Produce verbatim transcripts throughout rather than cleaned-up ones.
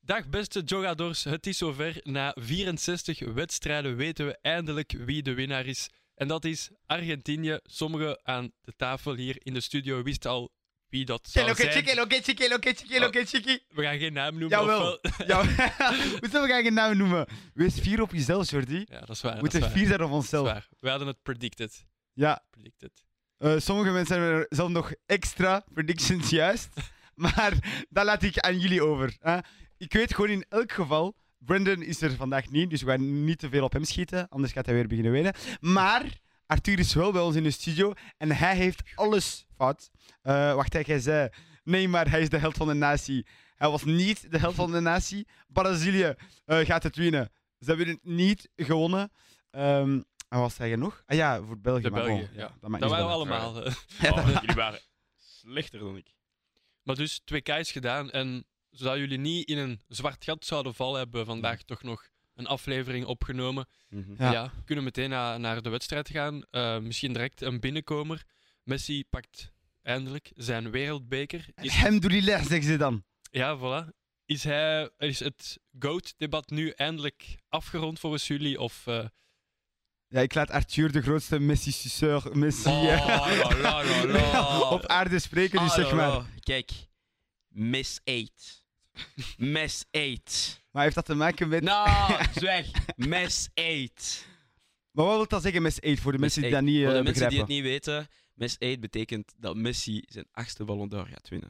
Dag beste Jogadors, het is zover. Na vierenzestig wedstrijden weten we eindelijk wie de winnaar is. En dat is Argentinië. Sommigen aan de tafel hier in de studio wisten al wie dat zou Oké, zijn. chiki, oké, chiki, oké, chiki, oké, chiki. We gaan geen naam noemen. Jawel. ofwel- Ja, hoezo we gaan geen naam noemen? Wees fier op jezelf, Jordi. Ja, dat is waar. We dat is moeten waar. fier zijn op Dat is onszelf. waar. We hadden het predicted. Ja, predicted. eh, sommige mensen hebben er zelf nog extra predictions juist. Maar dat laat ik aan jullie over. Hè. Ik weet gewoon in elk geval, Brandon is er vandaag niet, dus we gaan niet te veel op hem schieten, anders gaat hij weer beginnen wenen. Maar Arthur is wel bij ons in de studio en hij heeft alles fout. Eh, wacht, hè, jij zei, nee, maar hij is de held van de natie. Hij was niet de held van de natie. Brazilië eh, gaat het winnen. Ze hebben het niet gewonnen. Ehm, en wat zei je nog? Ah ja, voor België. De maar België, bon, ja. dat maakt Dat niet waren we zoveel allemaal. eh. Oh, jullie waren slechter dan ik. Maar dus twee K's gedaan. En zodat jullie niet in een zwart gat zouden vallen, hebben we vandaag toch nog een aflevering opgenomen. Mhm. Ja. Ja, we kunnen meteen na- naar de wedstrijd gaan. Eh, misschien direct een binnenkomer. Messi pakt eindelijk zijn wereldbeker. Is, Alhamdulillah, zeggen ze dan. ja, voilà. Is, hij, is het GOAT-debat nu eindelijk afgerond volgens jullie? Of, eh, Ja, ik laat Arthur, de grootste Messi-suceur, Messi, Oh, eh, la, la, la, la. op aarde spreken, dus Ah, zeg la, maar. la. Kijk, Miss eight. Miss eight. Maar heeft dat te maken met... Nou, zwijg. Miss eight. Maar wat wil dat zeggen, Miss eight, voor de mensen die dat niet Voor eh, de mensen die begrijpen? het niet weten, Miss eight betekent dat Messi zijn achtste Ballon d'Or gaat winnen.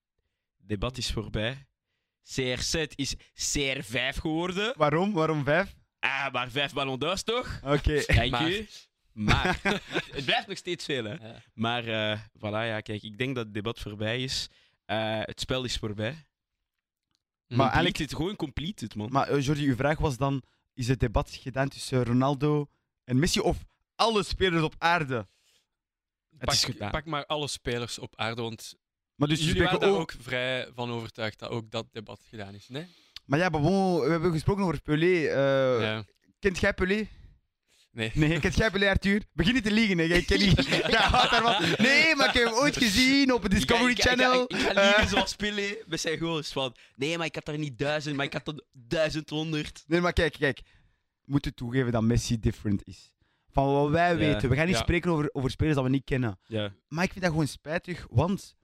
Debat is voorbij. C R zes is C R vijf geworden. Waarom? Waarom vijf? Ah, maar vijf Ballon d'Ors toch? Oké. Dank Maar. u. Maar, het blijft nog steeds veel, hè. ja. Maar, eh voilà, ja, kijk, ik denk dat het debat voorbij is. Eh, het spel is voorbij. Maar Maar eigenlijk- eigenlijk gewoon completed, man. Maar uh, Jordi, uw vraag was dan, is het debat gedaan tussen Ronaldo en Messi of alle spelers op aarde? Het is Pak, gedaan. pak maar alle spelers op aarde, want Maar dus jullie we waren spreken daar ook... ook vrij van overtuigd dat ook dat debat gedaan is, nee? Maar ja, maar bon, we hebben gesproken over Pelé. eh, ja. Kent jij Pelé? Nee. Nee, kent jij Pelé, Arthur? Begin niet te liegen, hè. Jij kent niet... Ja, houdt daarvan. Nee, maar ik heb hem ooit gezien op het Discovery Ik ga- ik ga- Channel. Ik ga, ik ga liegen zoals Pelé met zijn goals van... Nee, maar ik had er niet duizend, maar ik had er duizend honderd. Nee, maar kijk, kijk. We moeten toegeven dat Messi different is. Van wat wij Ja. weten. We gaan niet Ja. spreken over, over spelers dat we niet kennen. Ja. Maar ik vind dat gewoon spijtig, want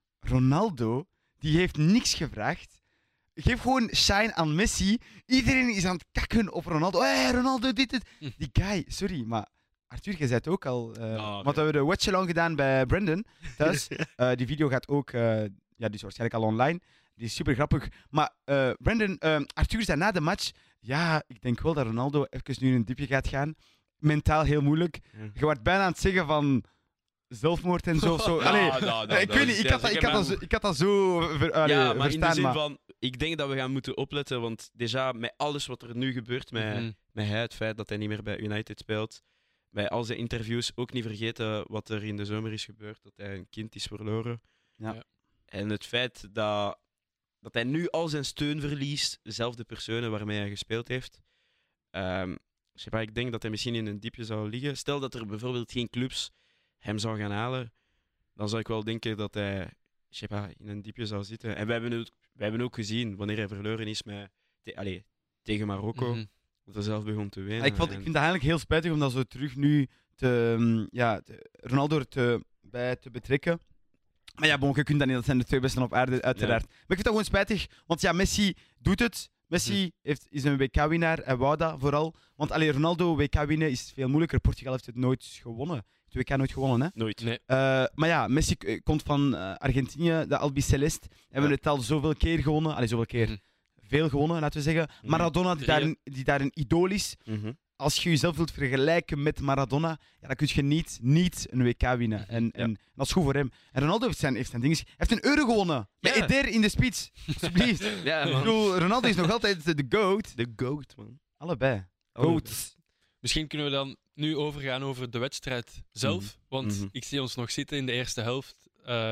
Ronaldo, die heeft niks gevraagd. Geef gewoon shine aan Messi. Iedereen is aan het kakken op Ronaldo. Hé, Ronaldo, dit, dit. Hm. Die guy, sorry, maar Arthur, jij zei het ook al. eh, Oh, want oké. we hebben de watch-along gedaan bij Brandon thuis. Eh, die video gaat ook, eh, ja, die is waarschijnlijk al online. Die is super grappig. Maar eh, Brandon, eh, Arthur zei na de match, ja, ik denk wel dat Ronaldo even nu in een diepje gaat gaan. Mentaal heel moeilijk. Je wordt bijna aan het zeggen van zelfmoord en zo. Of zo. Allee, Nou, nou, nou, eh, ik nou, weet niet, ik ja, had, dat, ik, zeg had dat maar- zo, ik had dat zo ver, allee, ja, maar in verstaan. de zin maar- van... Ik denk dat we gaan moeten opletten, want déjà met alles wat er nu gebeurt, met, Mhm. met hij, het feit dat hij niet meer bij United speelt, bij al zijn interviews ook niet vergeten wat er in de zomer is gebeurd, dat hij een kind is verloren. Ja. Ja. En het feit dat, dat hij nu al zijn steun verliest, dezelfde personen waarmee hij gespeeld heeft. Ehm, ik sais pas, ik denk dat hij misschien in een diepje zou liggen. Stel dat er bijvoorbeeld geen clubs hem zou gaan halen, dan zou ik wel denken dat hij ik sais pas, in een diepje zou zitten. En we hebben ook, we hebben ook gezien, wanneer hij verloren is met, te, allee, tegen Marokko, Mhm. dat hij zelf begon te wenen. ik, vond, ik En- vind het eigenlijk heel spijtig om dat zo terug nu te, mm, ja, te- Ronaldo er te, bij te betrekken. Maar ja, bon, je kunt dat niet. Dat zijn de twee besten op aarde, uiteraard. Maar ik vind dat gewoon spijtig, want ja, Messi doet het. Messi Hm. heeft, is een W K-winnaar, hij wou dat vooral. Want alleen Ronaldo W K winnen is veel moeilijker. Portugal heeft het nooit gewonnen. Het W K nooit gewonnen, hè? Nooit. Nee. Eh, maar ja, Messi k- komt van eh, Argentinië, de Albiceleste. Hebben Ja. het al zoveel keer gewonnen. Allee, zoveel keer. Mhm. Veel gewonnen, laten we zeggen. Mhm. Maradona, die daar, een, die daar een idool is. Mhm. Als je jezelf wilt vergelijken met Maradona, ja, dan kun je niet, niet een W K winnen. Mhm, En, ja. en dat is goed voor hem. En Ronaldo heeft zijn, heeft zijn ding. Hij heeft een euro gewonnen. Met Ja. Eder in de speech. Alsjeblieft. Ja, Ik man. bedoel, Ronaldo is nog altijd de, de GOAT. De GOAT, man. Allebei. Allebei. GOAT. Misschien kunnen we dan nu overgaan over de wedstrijd zelf. Mhm. Want Mhm. ik zie ons nog zitten in de eerste helft. Eh,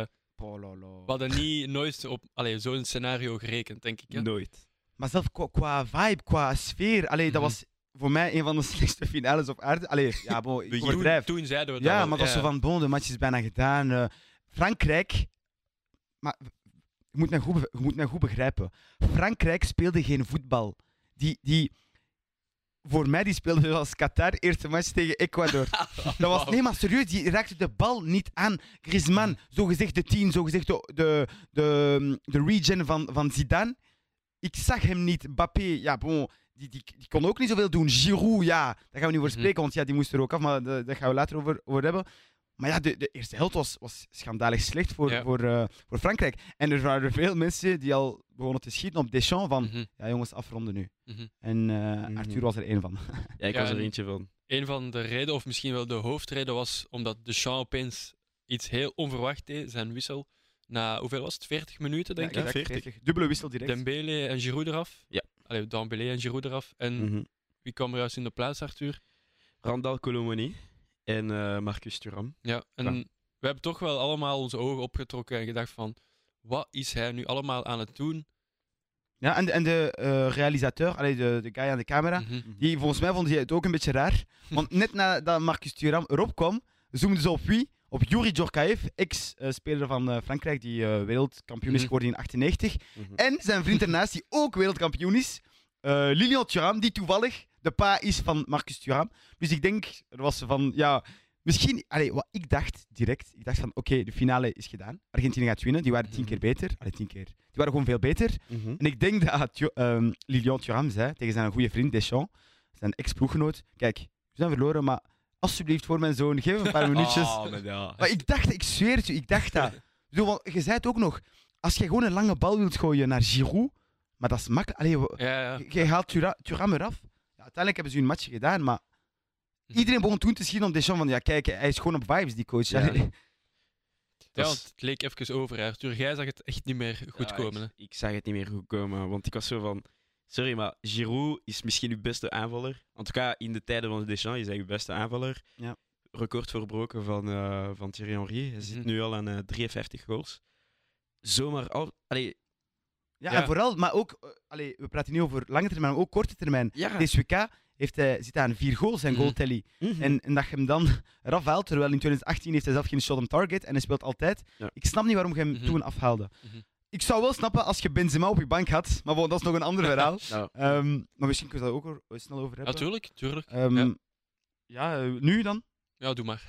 we hadden niet nooit op allee, zo'n scenario gerekend, denk ik. Hè? Nooit. Maar zelf qua, qua vibe, qua sfeer. Allee, dat Mhm. was voor mij een van de slechtste finales op aarde. Allee, ja, bon, ik Toen- Toen, overdrijf. toen zeiden we het Ja, al. maar dat was zo van, bon, de match is bijna gedaan. Eh, Frankrijk, maar je moet, mij goed, be- je moet mij goed begrijpen. Frankrijk speelde geen voetbal. Die, die, voor mij die speelde zoals Qatar, eerste match tegen Ecuador. Dat was, nee, maar serieus, die raakte de bal niet aan. Griezmann, zogezegd de tien, zogezegd de, de, de, de regen van, van Zidane. Ik zag hem niet. Mbappé, ja, bon, die, die, die kon ook niet zoveel doen. Giroud, ja, daar gaan we niet over Mhm. spreken, want ja, die moest er ook af, maar da- daar gaan we later over, over hebben. Maar ja, de, de eerste helft was, was schandalig slecht voor, Ja. voor, eh, voor Frankrijk. En er waren veel mensen die al begonnen te schieten op Deschamps van, Mhm, ja jongens, afronden nu. mhm. En eh, Mhm. Arthur was er één van. Ja, ik Ja, was er en- eentje van. Een van de redenen, of misschien wel de hoofdreden, was omdat Deschamps opeens iets heel onverwacht deed. Zijn wissel na, hoeveel was het? veertig minuten, denk Ja, ik. exact, veertig. veertig. Dubbele wissel direct. Dembele en Giroud eraf. Ja. Allee, Dembele en Giroud eraf. En Mhm. wie kwam er juist in de plaats, Arthur? Randal Colomoni en eh, Marcus Thuram. Ja, en Ja. we hebben toch wel allemaal onze ogen opgetrokken en gedacht van, wat is hij nu allemaal aan het doen? Ja, en de, en de eh, realisateur, allee, de, de guy aan de camera, Mhm. die, volgens mij vond hij het ook een beetje raar. Want net nadat Marcus Thuram erop kwam, zoomden ze op wie? Op Yuri Djorkaeff, ex-speler van eh, Frankrijk, die eh, wereldkampioen is Mhm. geworden in achtennegentig. Mhm. En zijn vriend ernaast, die ook wereldkampioen is, eh Lilian Thuram, die toevallig de pa is van Marcus Thuram. Dus ik denk, er was van, ja, misschien, allee, wat ik dacht direct, ik dacht van, oké, de finale is gedaan. Argentinië gaat winnen, die waren tien Mhm. keer beter. Allee, tien keer. Die waren gewoon veel beter. Mhm. En ik denk dat Thu- ehm, Lilian Thuram zei tegen zijn goede vriend Deschamps, zijn ex-ploeggenoot, kijk, we zijn verloren, maar alsjeblieft voor mijn zoon, geef hem een paar minuutjes. Ah, maar ja. Maar ik dacht, ik zweer het je, ik dacht dat. Zo, want je zei het ook nog, als je gewoon een lange bal wilt gooien naar Giroud, maar dat is makkelijk. Allee, we- Ja, ja. je je haalt Thura- Thuram eraf. Ja, uiteindelijk hebben ze hun match gedaan, maar Mhm. iedereen begon toen te schieten op Deschamps van, ja kijk, hij is gewoon op vibes, die coach. Ja. Allee. Ja, Dat want is- het leek even over, hè, Arthur. Jij zag het echt niet meer goed Ja, komen. Hè? Ik, ik zag het niet meer goed komen, want ik was zo van... Sorry, maar Giroud is misschien uw beste aanvaller. En tout cas, in de tijden van Deschamps is hij uw beste aanvaller. Ja. Record verbroken van, eh, van Thierry Henry. Hij zit Mhm. nu al aan eh, drieënvijftig goals. Zomaar al... Allee, Ja, Ja. en vooral, maar ook, eh, allee, we praten niet over lange termijn, maar ook korte termijn. ja. Deze W K heeft hij, zit hij aan vier goals, zijn Mhm. goaltally. Mhm. En, en dat je hem dan eraf haalt, terwijl in twintig achttien heeft hij zelf geen shot on target en hij speelt altijd. Ja. Ik snap niet waarom je hem Mhm. toen afhaalde. Mhm. Ik zou wel snappen als je Benzema op je bank had, maar bon, dat is nog een ander verhaal. Nou, Ehm, maar misschien kunnen we het daar ook er- snel over Ja, hebben. tuurlijk, tuurlijk. Ehm, Ja. ja, eh, nu dan? Ja, doe maar.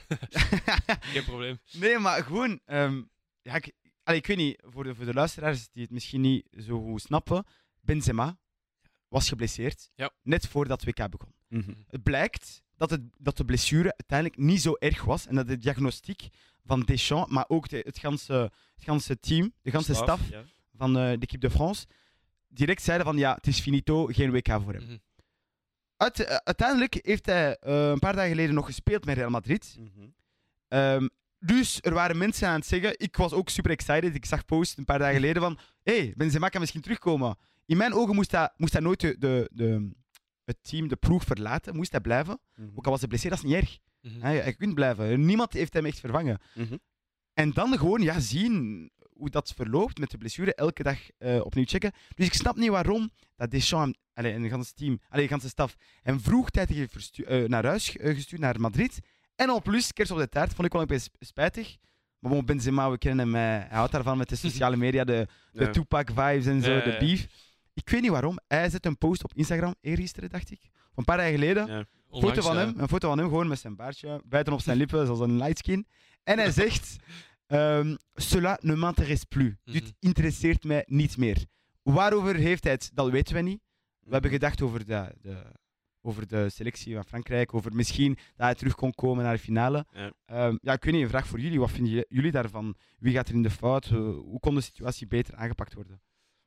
Geen probleem. Nee, maar gewoon... ehm, ja, ik, allee, ik weet niet, voor de, voor de luisteraars die het misschien niet zo goed snappen, Benzema was geblesseerd, Ja. net voordat het W K begon. mhm. Het blijkt dat, het, dat de blessure uiteindelijk niet zo erg was en dat de diagnostiek van Deschamps, maar ook de, het, ganse, het ganse team, de ganse staf Ja. van eh, de Equipe de France, direct zeiden van ja, het is finito, geen W K voor hem. Mhm. Uit, eh, uiteindelijk heeft hij eh, een paar dagen geleden nog gespeeld met Real Madrid. Mhm. Ehm, dus er waren mensen aan het zeggen, ik was ook super excited, ik zag post een paar dagen geleden van hé, hey, Benzema kan misschien terugkomen. In mijn ogen moest hij, moest hij nooit de, de, de, het team, de ploeg verlaten, moest hij blijven. Mhm. Ook al was hij geblesseerd, dat is niet erg. Mhm. Hij, hij kunt blijven. Niemand heeft hem echt vervangen. Mhm. En dan gewoon ja, zien hoe dat verloopt met de blessure, elke dag eh, opnieuw checken. Dus ik snap niet waarom dat Deschamps allee, en het ganse team, allee, de ganse staf, hem vroegtijdig heeft verstu- eh, naar huis eh, gestuurd, naar Madrid. En al plus, kerst op de taart, vond ik wel een beetje spijtig. Maar bon, Benzema, we kennen hem, eh, hij houdt daarvan met de sociale media, de, de Ja. Tupac-vibes en zo, Ja, ja, de ja. beef. Ik weet niet waarom. Hij zet een post op Instagram, eergisteren dacht ik, van een paar dagen geleden. Ja. Een Onlangs, foto van ja. hem, een foto van hem gewoon met zijn baardje, buiten op zijn lippen, zoals een lightskin. En hij zegt: ehm, Cela ne m'intéresse plus. Dit Mhm. interesseert mij niet meer. Waarover heeft hij het? Dat weten we niet. We hebben gedacht over de, de, over de selectie van Frankrijk, over misschien dat hij terug kon komen naar de finale. Ja. Ehm, ja, ik weet niet, een vraag voor jullie. Wat vinden jullie- jullie daarvan? Wie gaat er in de fout? Eh, hoe kon de situatie beter aangepakt worden?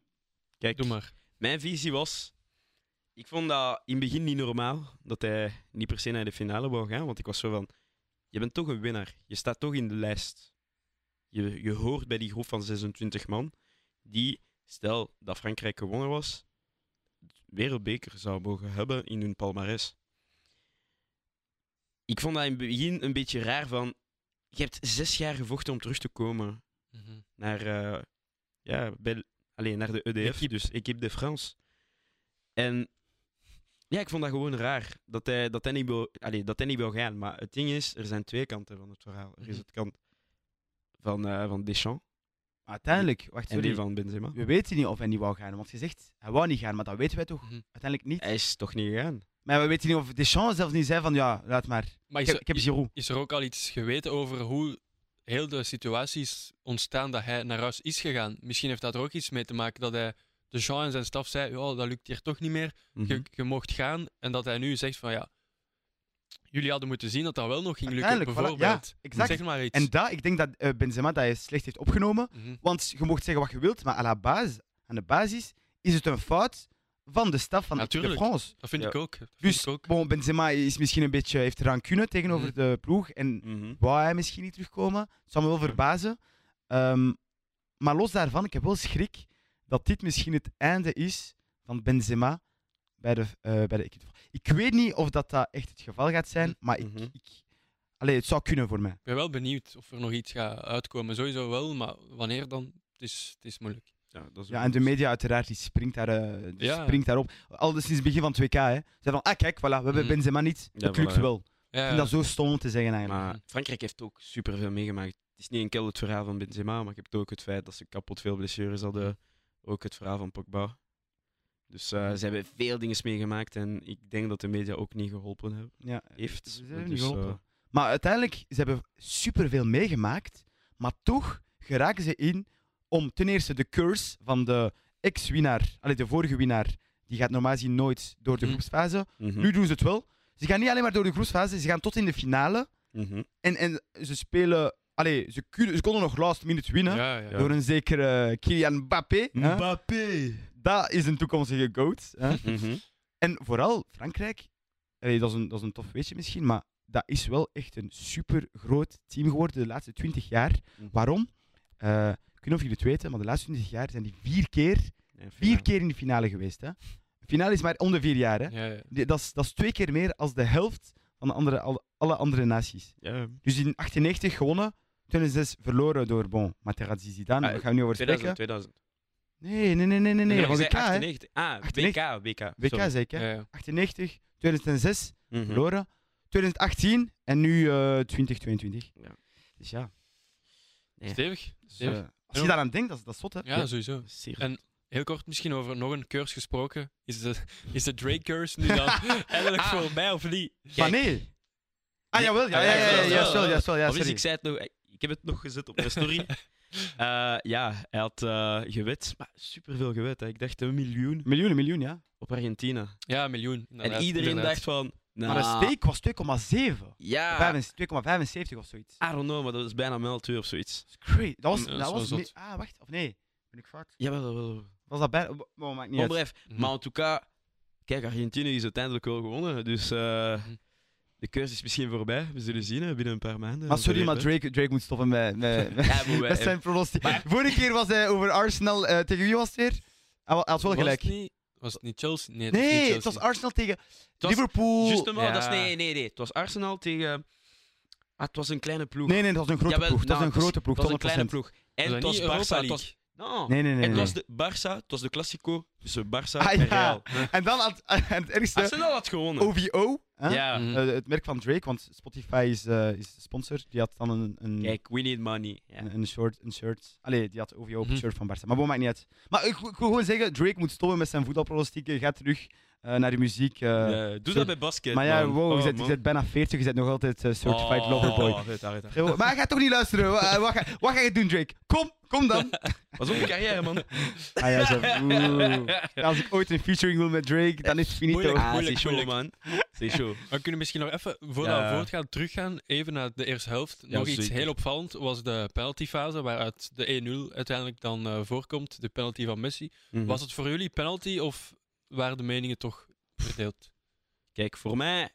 Kijk, Doe maar. mijn visie was... Ik vond dat in het begin niet normaal dat hij niet per se naar de finale wou gaan. Want ik was zo van... Je bent toch een winnaar. Je staat toch in de lijst. Je, je hoort bij die groep van zesentwintig man die, stel dat Frankrijk gewonnen was, wereldbeker zou mogen hebben in hun palmarès. Ik vond dat in het begin een beetje raar van... Je hebt zes jaar gevochten om terug te komen Mhm. naar, eh, ja, bij, allee, naar de E D F, Equipe. dus Equipe de France. En ja, ik vond dat gewoon raar dat hij, dat hij, niet, wil, allee, dat hij niet wil gaan. Maar het ding is, er zijn twee kanten van het verhaal. Er is Mhm. het kant van, eh, van Deschamps, Uiteindelijk, wacht, En die sorry. van Benzema. We weten niet of hij niet wou gaan. Want je zegt, hij wou niet gaan, maar dat weten wij toch Mhm. uiteindelijk niet. Hij is toch niet gegaan? Maar we weten niet of Deschamps zelfs niet zei van, ja, laat maar. Maar Ik is heb, er, ik heb Giroud. is er ook al iets geweten over hoe heel de situatie is ontstaan dat hij naar huis is gegaan? Misschien heeft dat er ook iets mee te maken dat hij de Jean en zijn staf zei, ja, dat lukt hier toch niet meer. Mhm. Je, je mocht gaan. En dat hij nu zegt van ja, jullie hadden moeten zien dat dat wel nog ging lukken, Uiteindelijk, voilà, bijvoorbeeld. exact. Zeg maar iets. En dat, ik denk dat eh, Benzema dat hij slecht heeft opgenomen. Mhm. Want je mocht zeggen wat je wilt, maar à la base, aan de basis is het een fout van de staf van de Équipe de Natuurlijk. France. Dat vind Ja. ik ook. Dat vind Dus ik ook. bon, Benzema is misschien een beetje, heeft rancune tegenover Mhm. de ploeg. En Mhm. wou hij misschien niet terugkomen. Het zou me wel verbazen. Ehm, maar los daarvan, ik heb wel schrik dat dit misschien het einde is van Benzema bij de, eh bij de Équipe de France. Ik weet niet of dat, dat echt het geval gaat zijn, maar ik, Mhm. ik, allee, het zou kunnen voor mij. Ik ben wel benieuwd of er nog iets gaat uitkomen. Sowieso wel, maar wanneer dan? Het is, het is moeilijk. Ja, dat is Ja, en de media uiteraard, die springt, daar, eh, die Ja. springt daarop. Al sinds het begin van het W K. Hè. Ze zeiden van, ah kijk, voilà, we hebben Mhm. Benzema niet. Ja, Het lukt voilà, ja. wel. Ja, Ik vind dat zo stom om te zeggen eigenlijk. Maar Frankrijk heeft ook superveel meegemaakt. Het is niet enkel het verhaal van Benzema, maar ik heb ook het feit dat ze kapot veel blessures hadden. Ook het verhaal van Pogba. Dus eh, ze hebben veel dingen meegemaakt en ik denk dat de media ook niet geholpen hebben. Ja, Heeft. ze hebben Dus, niet geholpen. eh, Maar uiteindelijk, ze hebben superveel meegemaakt, maar toch geraken ze in om ten eerste de curse van de ex-winnaar, allee, de vorige winnaar, die gaat normaal gezien nooit door de Mhm. groepsfase. mhm, Nu doen ze het wel. Ze gaan niet alleen maar door de groepsfase, ze gaan tot in de finale. mhm. En, en ze spelen... Allee, ze, kunnen, ze konden nog last minute winnen Ja, ja. door een zekere Kylian Mbappé. hè. Mbappé! Dat is een toekomstige GOAT. Hè. Mhm. En vooral Frankrijk, allee, dat, is een, dat is een tof weetje misschien, maar dat is wel echt een super groot team geworden de laatste twintig jaar. Mhm. Waarom? Eh, ik weet niet of jullie het weten, maar de laatste twintig jaar zijn die vier keer, Ja, vier finale. keer in de finale geweest. Hè. De finale is maar om de vier jaar. Hè. Ja, ja. Die- Dat, is, dat is twee keer meer als de helft van de andere, alle, alle andere naties. Ja. Dus in achtennegentig gewonnen, tweeduizend zes verloren door bon, Materazzi Zidane. Ah, Daar gaan we niet over spreken. tweeduizend. tweeduizend. Nee, nee, nee, nee, nee. nee. Je Van zei W K, hè. achtennegentig. Ah, achtennegentig. W K. W K. W K sorry. zei ik, hè. Ja, ja. achtennegentig, tweeduizend zes Mhm. verloren, tweeduizend achttien en nu eh twintig tweeëntwintig. Ja. Dus ja, Nee. Stevig. dus, Stevig. eh, als je daaraan denkt, dat is, dat is zot, hè. Ja, sowieso. Zeer. En heel kort misschien over nog een curse gesproken. Is de, is de Drake curse nu dan eigenlijk Ah. voorbij of niet? Maar nee. Ah, jawel, ja, ja, ja, ja, ja, juist wel, juist wel, ja, Of is, sorry. ik zei het nog, ik heb het nog gezet op mijn story. Eh, ja, hij had eh gewet, maar superveel gewet. Hè. Ik dacht een miljoen Miljoen, miljoen, ja. op Argentina. Ja, een miljoen. En inderdaad, iedereen inderdaad. dacht van, nou, Maar de steek was twee komma zeven. ja, twee komma vijfenzeventig of zoiets. I don't know, maar dat is bijna mijl twee of zoiets. Dat is crazy. Dat was, Ja, dat is dat wel was zot. me- ah, wacht, of nee? Ben ik fout? Jawel, wel, wel. Was dat bijna... Oh, maakt niet Maar uit. bref, Mhm. maar en tout cas, kijk, Argentinië is uiteindelijk wel gewonnen. Dus eh, Mhm. de keuze is misschien voorbij. We zullen zien hè, binnen een paar maanden. Maar sorry, Zo maar leert het. Drake, Drake moet stoppen met, met, met, Ja, maar wij- met zijn pronostiek. Maar- Vorige keer was hij over Arsenal eh, tegen wie was het weer? Hij wa- hij had wel Was gelijk. het niet, was het niet Chelsea? Nee, het was niet Nee, Chelsea. het was Arsenal tegen was Liverpool. Justement, Ja. dat is nee, nee, nee. Het was Arsenal tegen. Ah, het was een kleine ploeg. Nee, nee, dat was een grote Jawel, ploeg. Dat nou, was een het was- grote ploeg, Het was een kleine honderd procent. ploeg. En Was het dat was niet Europa Barça. Het League? was, no. Nee, nee, nee. Het nee. was de Barça, het was de Classico tussen Barça Ah, en ja. Real. En dan had, en het ergste, Arsenal had gewonnen. O V O, hè? Ja. Mhm. Eh, het merk van Drake, want Spotify is, eh, is de sponsor. Die had dan een, een, Kijk, we need money. Ja. een, een shirt, een shirt. Allee, die had O V O op Mhm. een shirt van Barca. Maar bon, maakt niet uit. Maar ik, ik wil gewoon zeggen, Drake moet stoppen met zijn voetbalpronostieken. Ga terug eh, naar de muziek. eh. Ja, doe zo- dat bij basket. maar ja, man. wow, je Oh, bent, je man. bent bijna veertig, je bent nog altijd eh, certified Oh, loverboy. arrête, arrête. Yo, maar hij gaat toch niet luisteren? Wa- eh, Wat, ga, wat ga je doen, Drake? Kom, kom dan. Pas op je carrière, man. Ah ja, zo. Oeh. Als ik ooit een featuring wil met Drake, dan is het finito. Moeilijk. Ah, moeilijk, c'est chaud, moeilijk. man. C'est chaud. We kunnen misschien nog even, voordat Ja. we voortgaan, teruggaan, even naar de eerste helft. Ja, nog iets zeker. heel opvallend was de penaltyfase, waaruit de één nul uiteindelijk dan eh, voorkomt, de penalty van Messi. Mhm. Was het voor jullie penalty of waren de meningen toch verdeeld? Kijk, voor mij.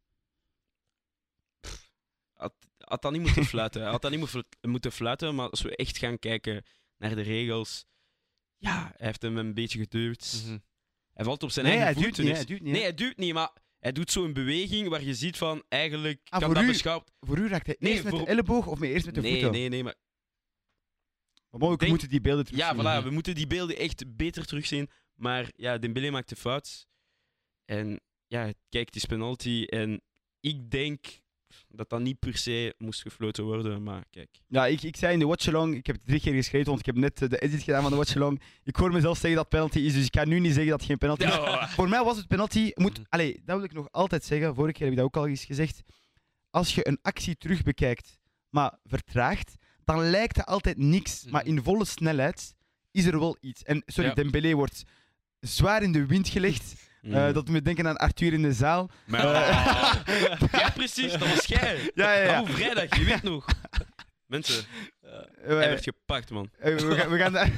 Pff, Had, had dat niet moeten fluiten. Had dat niet moeten flu- moeten fluiten, maar als we echt gaan kijken naar de regels. Ja, hij heeft hem een beetje geduwd. Mhm. Hij valt op zijn Nee, hij eigen duwt voeten. niet. dus- Hij duwt niet. Nee, hij duwt niet, maar hij doet zo'n beweging waar je ziet van eigenlijk Ah, kan voor dat u- beschouwd. Voor u raakt hij Nee, eerst met voor- de elleboog of met eerst met de Nee, voeten? nee, nee, maar Maar bon, we Denk- moeten die beelden terug ja, zien. voilà, we moeten die beelden echt beter terugzien. Maar ja, Dembélé maakt de fout. En ja, kijk, het is penalty. En ik denk dat dat niet per se moest gefloten worden, maar kijk. Ja, ik, ik zei in de watchalong, ik heb het drie keer geschreven, want ik heb net eh, de edit gedaan van de watchalong. Ik hoor mezelf zeggen dat het penalty is, dus ik kan nu niet zeggen dat het geen penalty is. Ja. Voor mij was het penalty. Moet, Mhm. allee, dat wil ik nog altijd zeggen. Vorige keer heb ik dat ook al eens gezegd. Als je een actie terug bekijkt, maar vertraagt, dan lijkt het altijd niks. Mhm. Maar in volle snelheid is er wel iets. En sorry, Ja. Dembélé wordt zwaar in de wind gelegd. Mm. Eh, dat doet me denken aan Arthur in de zaal. Maar, Eh. ja, precies, dat was jij. Ja, ja, ja. Oh, vrijdag, je weet nog. Mensen, Eh, hij werd gepakt, man. eh, we gaan, we gaan daar-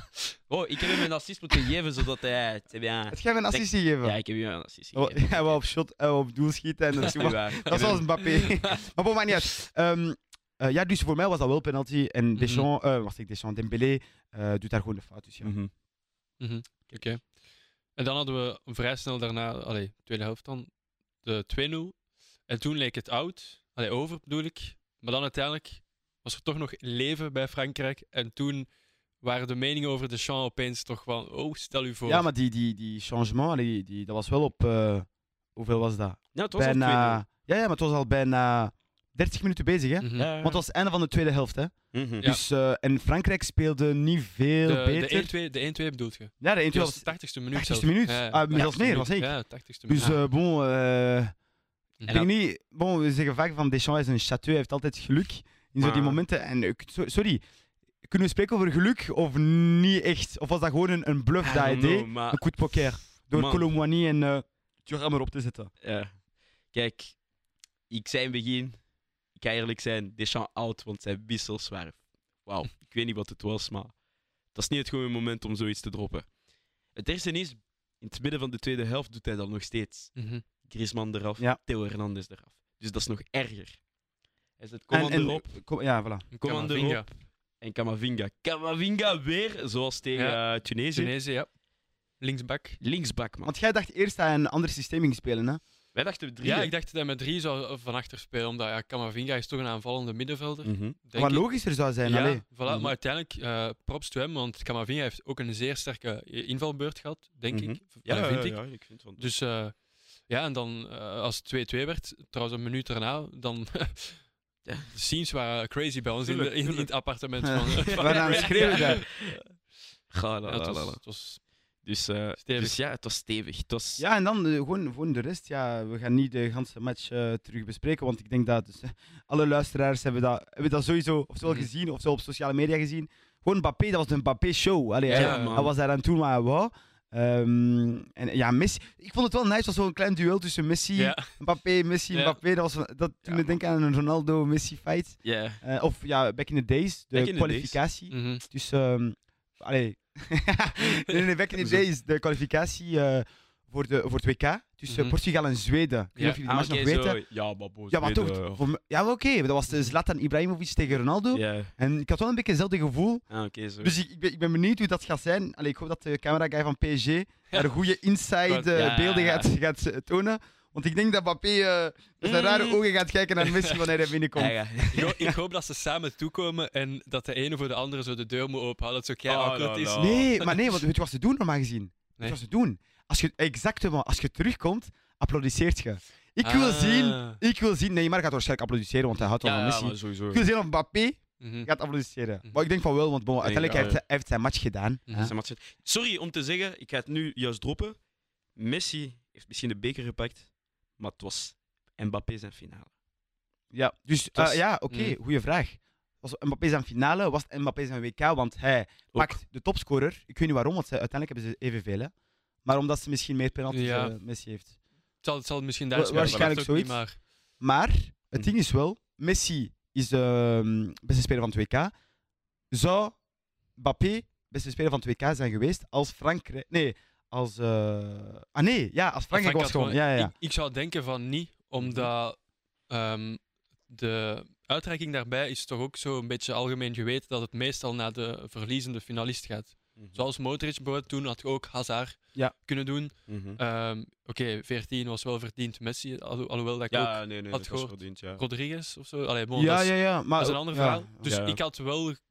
Oh, ik heb hem een assist moeten geven, zodat hij... Het is bien. Het gaat me een assist geven. Ja, ik heb hem een assist Oh, gegeven. Hij wou op shot, hij wou op doel schieten en dat is Dat is niet waar. Dat is zoals Mbappé. Maar bon, maakt niet uit. Ehm, eh, ja, dus voor mij was dat wel penalty. En Mhm. Deschamps, eh was ik Deschamps, Dembélé eh, doet daar gewoon de fout. Dus ja. Mhm. Mhm, Oké. En dan hadden we vrij snel daarna, allee, tweede helft dan, de twee nul. En toen leek het oud, allee, over bedoel ik. Maar dan uiteindelijk was er toch nog leven bij Frankrijk. En toen waren de meningen over Deschamps opeens toch van, oh, stel u voor. Ja, maar die, die, die changement, allee, die, dat was wel op. eh, hoeveel was dat? Ja, het was al bijna. twee Ja, ja, maar het was al bijna dertig minuten bezig, hè? Mhm. nul. Ja, Want het was het einde van de tweede helft, hè? Mhm. Ja. Dus, eh, en Frankrijk speelde niet veel de, de beter. één twee de één twee bedoelt je? Ja, de één Die twee was was. de tachtigste minuut tachtigste zelfs. minuut. Ja, ja. Ah, zelfs tachtigste meer, was minuut. ik. Ja, tachtigste Dus, minuut. eh, bon. eh, Mhm. Ik denk niet, bon, we zeggen vaak van Deschamps is een château, hij heeft altijd geluk in zo die Maar- momenten. En, eh, so- sorry, kunnen we spreken over geluk of niet echt? Of was dat gewoon een, een bluff I dat hij don't know, deed? maar- Een coup de poker. Door Man. Colomwani en uh, Thuram erop te zetten. Ja. Kijk, ik zei in het begin, ik ga eerlijk zijn, Deschamps oud, want zijn wissels waren... Wauw, ik weet niet wat het was, maar dat is niet het goede moment om zoiets te droppen. Het eerste is, in het midden van de tweede helft doet hij dat nog steeds. Mhm. Griezmann eraf, Ja. Theo Hernandez eraf. Dus dat is nog erger. Hij zet En, Coman en, erop kom, ja, voilà. Coman Camavinga. erop en Camavinga. Camavinga weer, zoals tegen Ja. eh, Tunesië. Tunesië, ja. Linksback. Linksbak, man. Want jij dacht eerst dat hij een ander systeem ging spelen, hè? Wij dachten drie. Ja, hè? ik dacht dat hij met drie zou van achter spelen, omdat ja, Camavinga is toch een aanvallende middenvelder. Mhm. Denk Wat ik. logischer zou zijn, Ja, allee. voilà, Mhm. maar uiteindelijk eh, props to hem, want Camavinga heeft ook een zeer sterke invalbeurt gehad, denk Mhm. ik. Ja, Ja, vind ja, ik. ja, ik vind van. Dus eh, ja, en dan eh, als het twee twee werd, trouwens een minuut daarna, dan... Ja. De scenes waren crazy bij ons in, de- Tuurlijk, in, in tuurlijk. het appartement. Ja. Van, We van waren aan het schreeuwen Ja. daar. Ga, la, Ja, la, het, la, was, la. het was Dus, eh, stevig. dus ja, het was stevig. Het was... Ja, en dan eh, gewoon, gewoon de rest. Ja, we gaan niet de hele match eh, terug bespreken, want ik denk dat dus, eh, alle luisteraars hebben dat, hebben dat sowieso ofwel Mhm. gezien of zo op sociale media gezien. Gewoon Mbappé, dat was een Mbappé-show. Allee, Ja, hij, man. hij was daar aan toe, maar hij wou. Ehm, en ja, Messi. Ik vond het wel nice. Het was zo'n klein duel tussen Messi, Ja. Mbappé, Messi, Ja. Mbappé. Dat, was, dat toen Ja, ik denk aan een Ronaldo-Messi-fight. Ja. Eh, of ja, back in the days, de Back in the kwalificatie. Mhm. Dus, ehm allee. nee, nee, back in the Hoezo? days, de kwalificatie eh, voor, de, voor het W K tussen Mhm. Portugal en Zweden. Ik weet niet Ja. of jullie die Ah, match oké, nog zo. weten. Ja, maar boos. Ja, maar toch. weten, Voor me- ja, maar oké. Dat was de Zlatan Ibrahimovic tegen Ronaldo. Ja. En ik had wel een beetje hetzelfde gevoel. Ah, oké, zo. Dus ik, ik, ben, ik ben benieuwd hoe dat gaat zijn. Allee, ik hoop dat de camera-guy van P S G daar goede inside eh, Ja. beelden gaat, gaat eh, tonen. Want ik denk dat Mbappé eh, met zijn rare Mm. ogen gaat kijken naar Messi wanneer hij binnenkomt. Ja, ja. Ik, ho- ik hoop dat ze samen toekomen en dat de ene voor de andere zo de deur moet openhouden. Dat het zo keihard Oh, awkward la, is. la. Nee, maar nee, want weet je wat ze doen normaal gezien? Weet je Nee. wat ze doen? Als je, exactement, als je terugkomt, applaudisseert je. Ik wil Ah. zien, ik wil zien, Neymar gaat waarschijnlijk applaudisseren, want hij houdt wel Ja, van ja, Messi. maar sowieso. Ik wil zien of Mbappé Mhm. gaat applaudisseren. Mhm. Maar ik denk van wel, want bon, denk uiteindelijk dat, heeft hij heeft zijn match gedaan. Mhm. hè. Zijn match- Sorry om te zeggen, ik ga het nu juist droppen. Messi heeft misschien de beker gepakt, maar het was Mbappé zijn finale. Ja, dus was- eh, ja, oké, Mhm. goede vraag. Was Mbappé zijn finale, was het Mbappé zijn W K, want hij pakt de topscorer. Ik weet niet waarom, want ze, uiteindelijk hebben ze evenveel. Hè. Maar omdat ze misschien meer penalties Ja. eh, Messi heeft. Het zal, het zal misschien daar Wa- spelen, maar waarschijnlijk dat is ook niet, zoiets. maar Maar het Mhm. ding is wel, Messi is de beste speler van het W K. Zou Mbappé beste speler van het W K zijn geweest als Frankrijk... Nee, als... eh, Ah nee, ja, als Frankrijk was had gewoon... Ja, ja, ja. Ik, ik zou denken van niet, omdat ehm, de uitreiking daarbij is toch ook zo een beetje algemeen geweten dat het meestal naar de verliezende finalist gaat. Zoals Modric bijvoorbeeld toen had je ook Hazard Ja. kunnen doen. Mhm. Ehm, Oké, veertien was wel verdiend Messi, alho- alhoewel dat ik ook Ja, nee, nee, had dat was gehoord. verdiend, ja. Rodriguez of zo. Allee, bon, ja, dat is, ja, ja, maar... dat is een ander ja, verhaal. Dus ja. ik had wel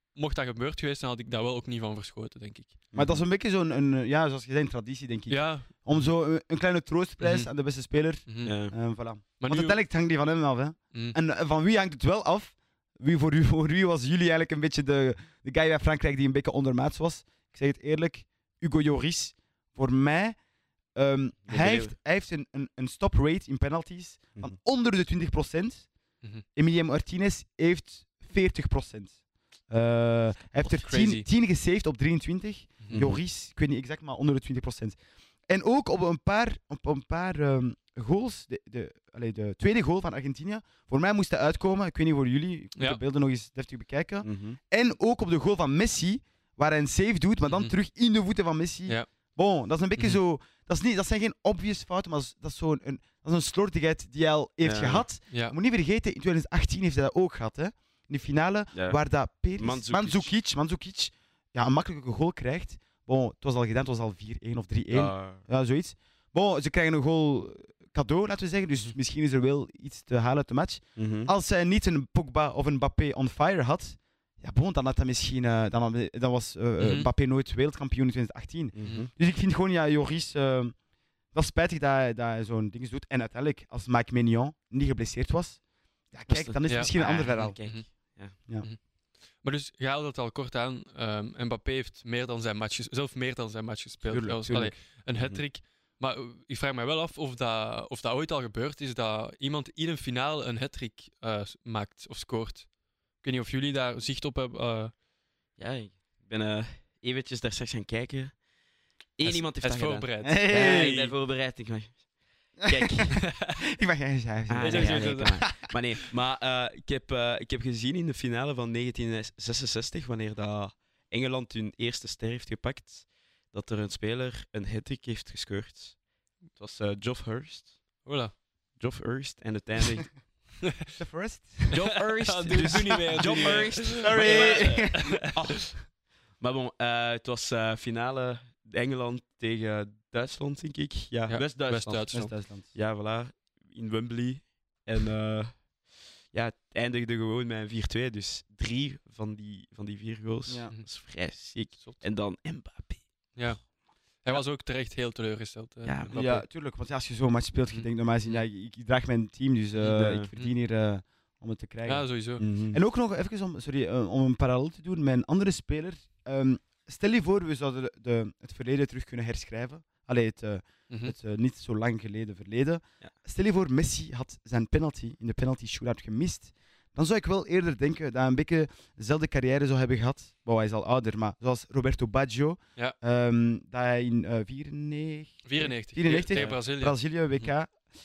mocht dat gebeurd geweest, dan had ik daar wel ook niet van verschoten, denk ik. Maar dat is een beetje zo'n, een, ja, zoals je zei, een traditie, denk ik. Ja. Om zo een, een kleine troostprijs Mhm. aan de beste speler. Mhm. Ja. Uh, voilà. Maar Want nu... uiteindelijk hangt die van hem af. Hè. Mhm. En uh, van wie hangt het wel af? Wie voor, u, voor wie was jullie eigenlijk een beetje de, de guy bij Frankrijk die een beetje ondermaats was? Ik zeg het eerlijk, Hugo Lloris. Voor mij, um, hij, heeft, hij heeft een, een, een stop rate in penalties van Mhm. onder de twintig procent. Mhm. Emiliano Martinez heeft veertig procent. Uh, hij heeft er Crazy. tien gesaved op drieëntwintig. Mhm. Joris, ik weet niet exact, maar onder de twintig procent. En ook op een paar, op een paar um, goals, de, de, allee, de tweede goal van Argentinië, voor mij moest hij uitkomen. Ik weet niet voor jullie, ik moet Ja. de beelden nog eens deftig bekijken. Mhm. En ook op de goal van Messi, waar hij een save doet, maar dan Mhm. terug in de voeten van Messi. Ja. Bon, dat is een beetje Mhm. zo... Dat, is niet, dat zijn geen obvious fouten, maar dat is, zo'n een, dat is een slordigheid die hij al heeft Ja. gehad. Ja. Je moet niet vergeten, in twintig achttien heeft hij dat ook gehad. Hè? In de finale, Ja. waar dat Peris, Mandzukic. Mandzukic, Mandzukic ja, een makkelijke goal krijgt. Bon, het was al gedaan, het was al vier-één of drie-één. Ja. Ja, zoiets. Bon, ze krijgen een goal cadeau, laten we zeggen. Dus misschien is er wel iets te halen uit de match. Mhm. Als hij niet een Pogba of een Mbappé on fire had, ja, bon, dan had hij misschien... uh, dan, had, dan was uh, Mhm. Mbappé nooit wereldkampioen in twintig achttien. Mhm. Dus ik vind gewoon, ja, Joris... Uh, dat is spijtig dat hij, dat hij zo'n ding doet. En uiteindelijk, als Mike Maignan niet geblesseerd was, ja, kijk, het- dan is het ja. misschien een ander Ah, verhaal. kijk. Mhm. Ja. Ja. Mhm. Maar dus, je haalde het al kort aan. Um, Mbappé heeft meer dan zijn match, ges- zelf meer dan zijn match gespeeld. Tuurlijk, Dat was, tuurlijk. allee, een Mhm. hat-trick. Maar uh, ik vraag me wel af of dat, of dat ooit al gebeurd is dat iemand in een finale een hat-trick uh, maakt of scoort. Ik weet niet of jullie daar zicht op hebben. Uh, Ja, ik ben uh, eventjes daar straks gaan kijken. Eén hij is- iemand heeft hij is dat gedaan. voorbereid. Hey. Ja, ik ben voorbereid. Ik mag... Kijk. Ik mag geen cijfers. Ah, Nee, nee, zeg ja, je nee, zo. kom maar. Maar nee, maar eh, ik, heb, eh, ik heb gezien in de finale van negentien zesenzestig, wanneer dat Engeland hun eerste ster heeft gepakt, dat er een speler een hat-trick heeft gescoord. Het was eh Geoff Hurst. Voilà. Geoff Hurst en uiteindelijk... The first. Geoff Hurst. Ah, doe- dus- doe niet meer, doe Geoff niet meer. Hurst. Sorry. Maar, ah. Maar bon, eh, het was eh, finale Engeland tegen Duitsland, denk ik. Ja, Ja, West-Duitsland. West-Duitsland. West-Duitsland. Ja, voilà. In Wembley. En eh, ja, het eindigde gewoon met een vier-twee. Dus drie van die, van die vier goals. Ja. Dat is vrij ziek. Zot. En dan Mbappé. Ja. Hij was ook terecht heel teleurgesteld. eh, Ja, Mbappé. Ja, tuurlijk. Want als je zo'n match speelt, je Mhm. denkt normaal gezien, ja, ik, ik draag mijn team, dus uh, Ja. ik verdien hier uh, om het te krijgen. Ja, sowieso. Mhm. En ook nog even om, sorry, uh, om een parallel te doen met een andere speler. Um, stel je voor, we zouden de, de, het verleden terug kunnen herschrijven. Allee, het, uh, Mhm. het uh, niet zo lang geleden verleden. Ja. Stel je voor, Messi had zijn penalty in de penalty shootout gemist. Dan zou ik wel eerder denken dat hij een beetje dezelfde carrière zou hebben gehad. Wow, hij is al ouder, maar zoals Roberto Baggio. Ja. Um, dat hij in uh, vierennegentig, vierennegentig. vierennegentig, Tegen Brazilië. Brazilië W K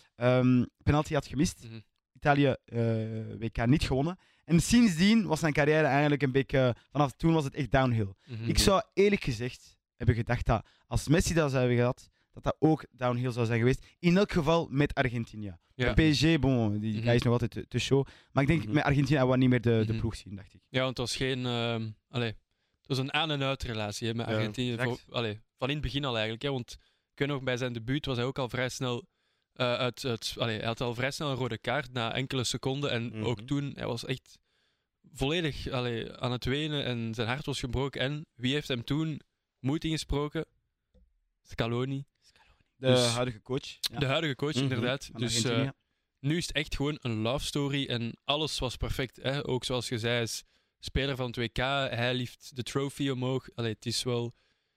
um, penalty had gemist. Mhm. Italië uh, W K niet gewonnen. En sindsdien was zijn carrière eigenlijk een beetje... Vanaf toen was het echt downhill. Mhm. Ik zou eerlijk gezegd hebben gedacht dat als Messi dat zou hebben gehad, dat dat ook downhill zou zijn geweest. In elk geval met Argentinië. Ja. P S G, bon, die Mhm. guy is nog altijd te, te show. Maar ik denk Mhm. met Argentinië hebben we niet meer de, de Mhm. ploeg zien, dacht ik. Ja, want het was geen... ehm allee, het was een aan- en uit-relatie hè, met Ja, Argentinië. exact. Voor- allee, van in het begin al eigenlijk. Hè, want ik weet nog, bij zijn debuut was hij ook al vrij snel... eh, uit, uit, allee, hij had al vrij snel een rode kaart na enkele seconden. En Mhm. ook toen, hij was echt volledig allee, aan het wenen en zijn hart was gebroken. En wie heeft hem toen moed ingesproken? Scaloni. De Dus- huidige coach. Ja, De huidige coach, Mhm. inderdaad. van Dus eh, Argentinië. nu is het echt gewoon een love story en alles was perfect. Hè? Ook zoals je zei, hij is speler van het W K, hij lift de trophy omhoog. Allee, het is wel...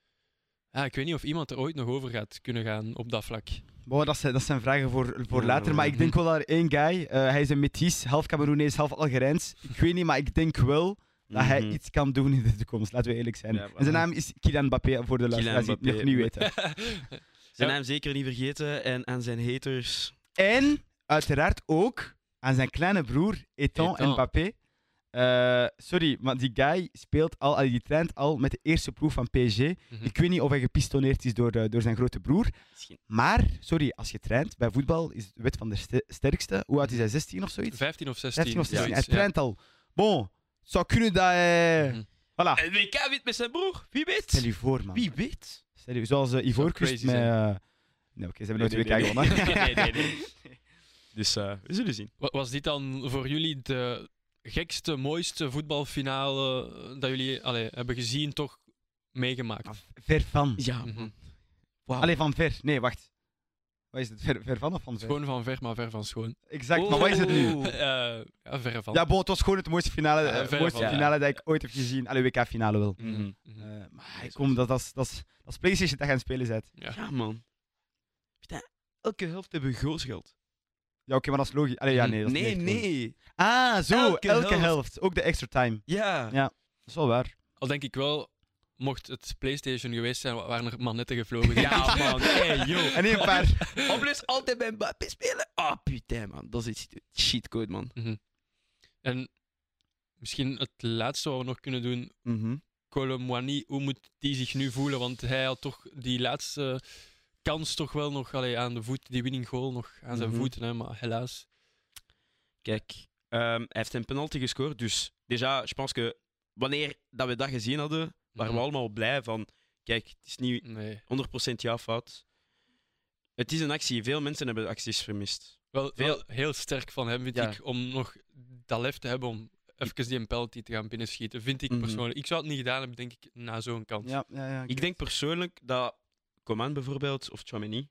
Ja, ik weet niet of iemand er ooit nog over gaat kunnen gaan op dat vlak. Bon, dat, zijn, dat zijn vragen voor, voor Ja, later. Maar ik denk wel dat er één guy, uh, hij is een Metis, half Cameroenees, half Algerijns. Ik weet niet, maar ik denk wel dat hij Mhm. iets kan doen in de toekomst. Laten we eerlijk zijn. Ja, En zijn voilà. naam is Kylian Mbappé, voor de luisteraars die het Mbappé. nog niet weten. Zijn Ja. naam zeker niet vergeten. En aan zijn haters... En uiteraard ook aan zijn kleine broer, Etan Etan. Mbappé. Uh, sorry, maar die guy speelt al, allee, die traint al met de eerste ploeg van P S G. Mhm. Ik weet niet of hij gepistoneerd is door, uh, door zijn grote broer. Misschien... Maar, sorry, als je traint bij voetbal is de wet van de ste- sterkste. Hoe oud is hij? zestien of zoiets? vijftien of zestien. vijftien of zestien. zoiets, Hij traint al. Bon, het zou kunnen dat hij... Mhm. Voilà. En W K wint met zijn broer. Wie weet? Stel je voor, man. Wie weet? Stel je, zoals uh, Ivoorkust crazy met... zijn. Uh... Nee, oké, ze hebben Nee, nooit nee, W K nee, gewonnen. nee, nee, nee, nee. Dus uh, we zullen zien. Wa- Was dit dan voor jullie de gekste, mooiste voetbalfinale dat jullie allee, hebben gezien, toch meegemaakt? Ah, ver van. Ja, Mhm. man. Wauw. Allee, van ver. Nee, wacht. Wat is het? Ver, ver van of van ver? Schoon van ver, maar ver van schoon. Exact, maar wat is het nu? Oeh. Eh, ja, ver van. Ja, bon, het was gewoon het mooiste finale, Ja, eh, ver mooiste van. finale dat ik ooit heb gezien. Allee, W K-finale wel. Mhm, Mhm. mhm. Eh, maar kom, dat, dat, is, dat, is, dat is PlayStation dat je aan het spelen bent. Ja. Ja, man. Weet je, elke helft hebben we goalsgeld. Ja, oké, maar dat is logisch. Allee, ja, nee, dat is Nee, niet echt logisch. nee. Ah, zo, elke, Elke helft. helft. Ook de extra time. Ja. Ja. Dat is wel waar. Al denk ik wel, mocht het PlayStation geweest zijn, wa- waren er manetten gevlogen. denk ik. Ja, man. Hey, yo. En niet een paar. En plus altijd bij Mbappé spelen. Ah, putain, man. Dat is iets cheatcode, man. Mhm. En misschien het laatste wat we nog kunnen doen. Mhm. Colomwani, hoe moet die zich nu voelen? Want hij had toch die laatste kans toch wel nog allee, aan de voet, die winning goal nog aan zijn Mhm. voeten, hè, maar helaas. Kijk, ehm, hij heeft een penalty gescoord. Dus déjà, je pense que wanneer dat we dat gezien hadden, waren we Mhm. allemaal blij van... Kijk, het is niet Nee. honderd procent jouw fout. Het is een actie. Veel mensen hebben acties vermist. Wel, Veel- wel heel sterk van hem, vind Ja. ik, om nog dat lef te hebben om even die een penalty te gaan binnenschieten. Vind ik Mhm. persoonlijk. Ik zou het niet gedaan hebben, denk ik, na zo'n kans. Ja, ja, ja. Ik denk persoonlijk dat Coman bijvoorbeeld, of Tchouaméni,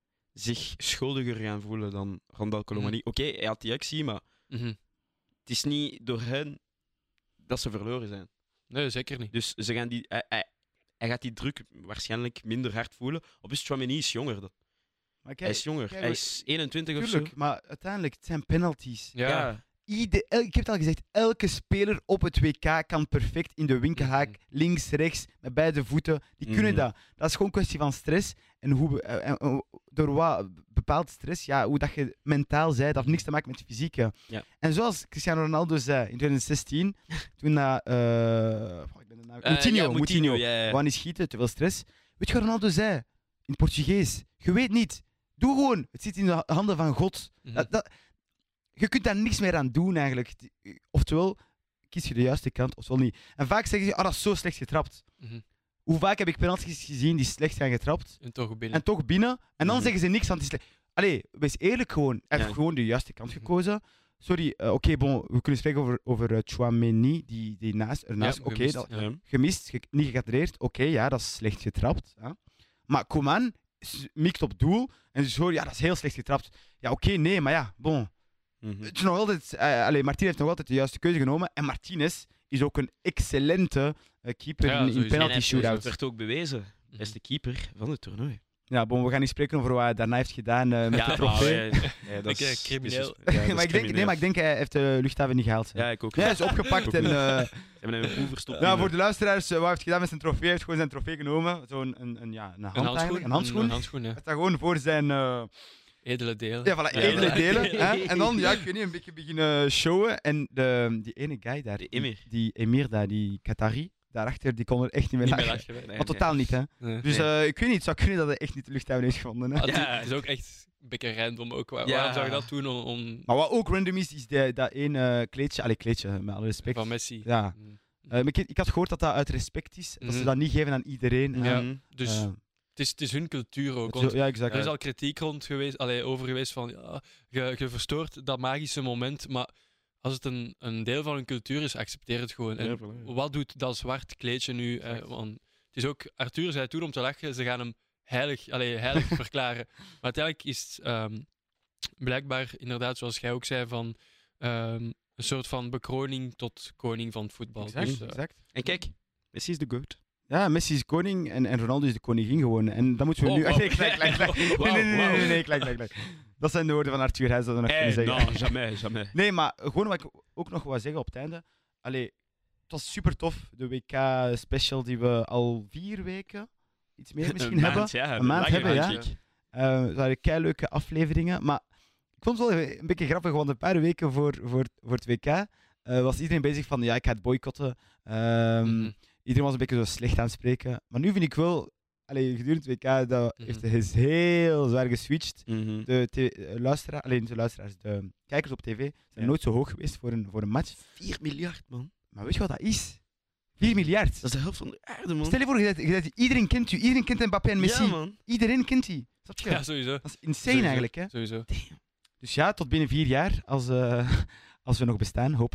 zich schuldiger gaan voelen dan Randal Colomani. Mhm. Oké, hij had die actie, maar Mhm. het is niet door hen dat ze verloren zijn. Nee, zeker niet. Dus ze gaan die, hij, hij, hij gaat die druk waarschijnlijk minder hard voelen. Op plus, Tchouaméni is jonger. Dan. Maar Hij kijk, is jonger. kijk, hij is eenentwintig of zo. tuurlijk, maar uiteindelijk, het zijn penalties. Ja. Ja. Ieder, el- ik heb het al gezegd, elke speler op het W K kan perfect in de winkelhaak, Mhm. links, rechts, met beide voeten. Die kunnen Mhm. dat. Dat is gewoon een kwestie van stress. En hoe, eh, en, eh, door wat bepaalt stress? Ja, hoe dat je mentaal zei, dat heeft niks te maken met het fysieke. Ja. En zoals Cristiano Ronaldo zei in twintig zestien, toen dat... eh, oh, ik ben de naam... Eh, Moutinho, ja, Moutinho, ja, ja. wou niet schieten, te veel stress. Weet je wat Ronaldo zei? In het Portugees. Je weet niet. Doe gewoon. Het zit in de ha- handen van God. Mhm. Dat, dat, je kunt daar niks meer aan doen eigenlijk. Oftewel, kies je de juiste kant, oftewel niet. En vaak zeggen ze, ah, dat is zo slecht getrapt. Mhm. Hoe vaak heb ik penalties gezien die slecht zijn getrapt En toch binnen. en toch binnen? En dan Mhm. zeggen ze niks, want het is slecht. Allee, wees eerlijk gewoon. Hij heeft Ja. gewoon de juiste kant Mhm. gekozen. Sorry, eh, oké, bon, we kunnen spreken over, over uh, Tchouaméni, die, die naast, ernaast. Ja, oké, gemist, dat- ja. gemist, ge- niet gecadreerd. Oké, ja, dat is slecht getrapt. Hè. Maar Coman s- mikt op doel en dus hoor, ja, dat is heel slecht getrapt. Ja, oké, nee, maar ja, bon. Mhm. Het is nog altijd, uh, allee, Martinez heeft nog altijd de juiste keuze genomen. En Martinez is ook een excellente eh, keeper Ja, in, in sowieso. En penalty hij- shootouts. Het werd ook bewezen. Mhm. Beste keeper van het toernooi. Ja, bon, we gaan niet spreken over wat hij daarna heeft gedaan eh, met de trofee. maar, ja, ja, dat Oké, is crimineel. dat is- ja, dat is maar ik denk, nee, crimineel. maar ik denk hij heeft de luchthaven niet gehaald. Ja, ik ook. Ja, hij is opgepakt en... eh, Ze hebben hem een boel verstopt. ja, in voor de- de luisteraars, eh, wat hij heeft gedaan met zijn trofee, hij heeft gewoon zijn trofee genomen. Zo'n een, een, ja, een, hand Een eigenlijk, handschoen. een handschoen. Een handschoen, ja. Hij heeft dat gewoon voor zijn... eh, Edele delen. Ja, voilà, Ja, edele voilà. delen. Hè? En dan, ja, ik weet niet, een beetje beginnen showen. En de, die ene guy daar, Die die, Emir. die Emir daar, die Qatari, daarachter, die kon er echt niet meer Niet meer lachen. lachen. Nee, Maar nee. totaal niet, hè. Nee. Dus Nee. eh, ik weet niet, het zou kunnen dat hij echt niet de luchthaven heeft gevonden. Hè. Ah, het Ja. is ook echt een beetje random ook. Waar- Ja. Waarom zou je dat doen om, om- Maar wat ook random is, is die, dat één kleedje, allee, kleedje, met alle respect. van Messi? Ja. Mm. Eh, maar ik, ik had gehoord dat dat uit respect is, dat ze Mhm. dat niet geven aan iedereen. hè. Ja. Mhm. Dus Eh, het, is, het is hun cultuur ook. zo- Want ja, exact. er is al kritiek rond geweest, allee, over geweest van ja, je, je verstoort dat magische moment, maar als het een, een deel van hun cultuur is, accepteer het gewoon. En Ja, voilà. wat doet dat zwart kleedje nu? Eh, want het is ook, Arthur zei toen om te lachen, ze gaan hem heilig, allee, heilig verklaren. Maar uiteindelijk is het ehm, blijkbaar, inderdaad, zoals jij ook zei, van ehm, een soort van bekroning tot koning van het voetbal. Exact, Dus, eh, exact. En kijk, Messi is de goat. Ja, Messi is koning en, en Ronaldo is de koningin gewoon. En dat moeten we Oh, nu... wow. Nee, gelijk, gelijk, gelijk. Nee, Wow, nee, nee, nee, wow. nee, nee, gelijk, gelijk, gelijk. Dat zijn de woorden van Arthur, hij zou dat nog Hey, kunnen zeggen. non, jamais, jamais. Nee, maar gewoon wat ik ook nog wou zeggen op het einde. Allee, het was super tof, de W K-special die we al vier weken, iets meer misschien Een hebben. maand, ja, Een maand lange hebben, ja. handshake. Eh, het waren keileuke afleveringen. Maar ik vond het wel een beetje grappig, want een paar weken voor, voor, voor het W K eh, was iedereen bezig van ja, ik ga het boycotten. Ehm, mhm. Iedereen was een beetje zo slecht aan het spreken. Maar nu vind ik wel, allee, gedurende het W K, dat Mhm. heeft hij is heel zwaar geswitcht. Mhm. De t- eh, luisteraars, alleen de luisteraars, de kijkers op tv zijn Ja. nooit zo hoog geweest voor een, voor een match. vier miljard, man. Maar weet je wat dat is? vier miljard. Dat is de helft van de aarde, man. Stel je voor, je zet- je zet- iedereen kent u. Iedereen kent Mbappé en Messi. Ja, man. Iedereen kent die. Snap je? Ja, sowieso. Dat is insane Sowieso, eigenlijk. Hè? Sowieso. Dus ja, tot binnen vier jaar, als, eh, als we nog bestaan, hopelijk.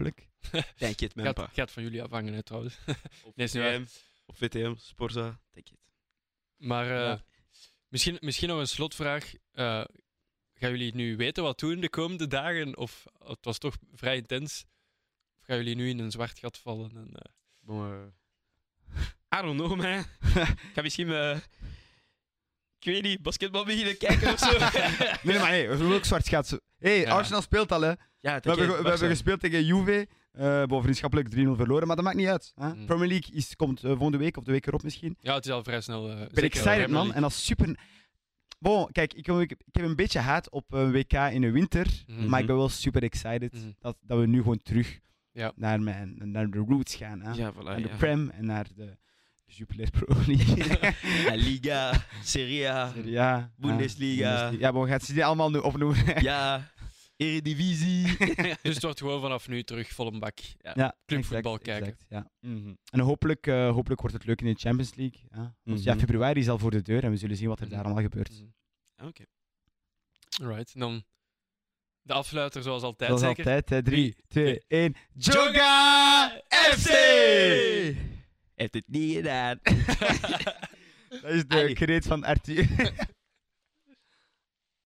Denk je het, mijn Gaat, pa. gaat van jullie afhangen, hè, trouwens. Op Nee, is niet V T M, op V T M, Sporza, denk je het. Maar uh, Ja. misschien, misschien nog een slotvraag. Uh, gaan jullie nu weten wat doen de komende dagen? Of het was toch vrij intens? Of gaan jullie nu in een zwart gat vallen? En, uh... Bon, uh... I don't know, man. Ik ga misschien... Uh... Ik weet niet, basketbal beginnen kijken of zo. Nee, maar nee, ook zwart gaat zo. Hé, hey, Ja. Arsenal speelt al, hè. Ja, We hebben, ge- we hebben gespeeld tegen Juve. Uh, bon, vriendschappelijk drie nul verloren, maar dat maakt niet uit. Hè? Mm. Premier League is, komt uh, volgende week of de week erop misschien. Ja, het is al vrij snel. Uh, Ik ben excited, man. En dat is super... Bon, kijk, ik, ik, ik heb een beetje haat op een W K in de winter, Mhm. maar ik ben wel super excited Mhm. dat, dat we nu gewoon terug Ja. naar, mijn, naar de roots gaan. Hè? Ja, voilà. naar de ja. Prem en naar de Jupiler Pro League. La Liga, Serie A, ja, Bundesliga. Bundesliga. Ja, maar we gaan ze die allemaal nu opnoemen. ja, Eredivisie. Dus het wordt gewoon vanaf nu terug vol een bak. Ja, Clubvoetbal exact, kijken. exact, ja. Mhm. En hopelijk, uh, hopelijk wordt het leuk in de Champions League. Ja. Want ja, Mhm. februari is al voor de deur en we zullen zien wat er Mhm. daar allemaal gebeurt. Mhm. Oké. Alright, en dan de afsluiter zoals altijd Zoals zeker. altijd, hè. drie, twee, één. Joga F C! Heeft het niet gedaan. Dat is de Allee. kreet van Arthur.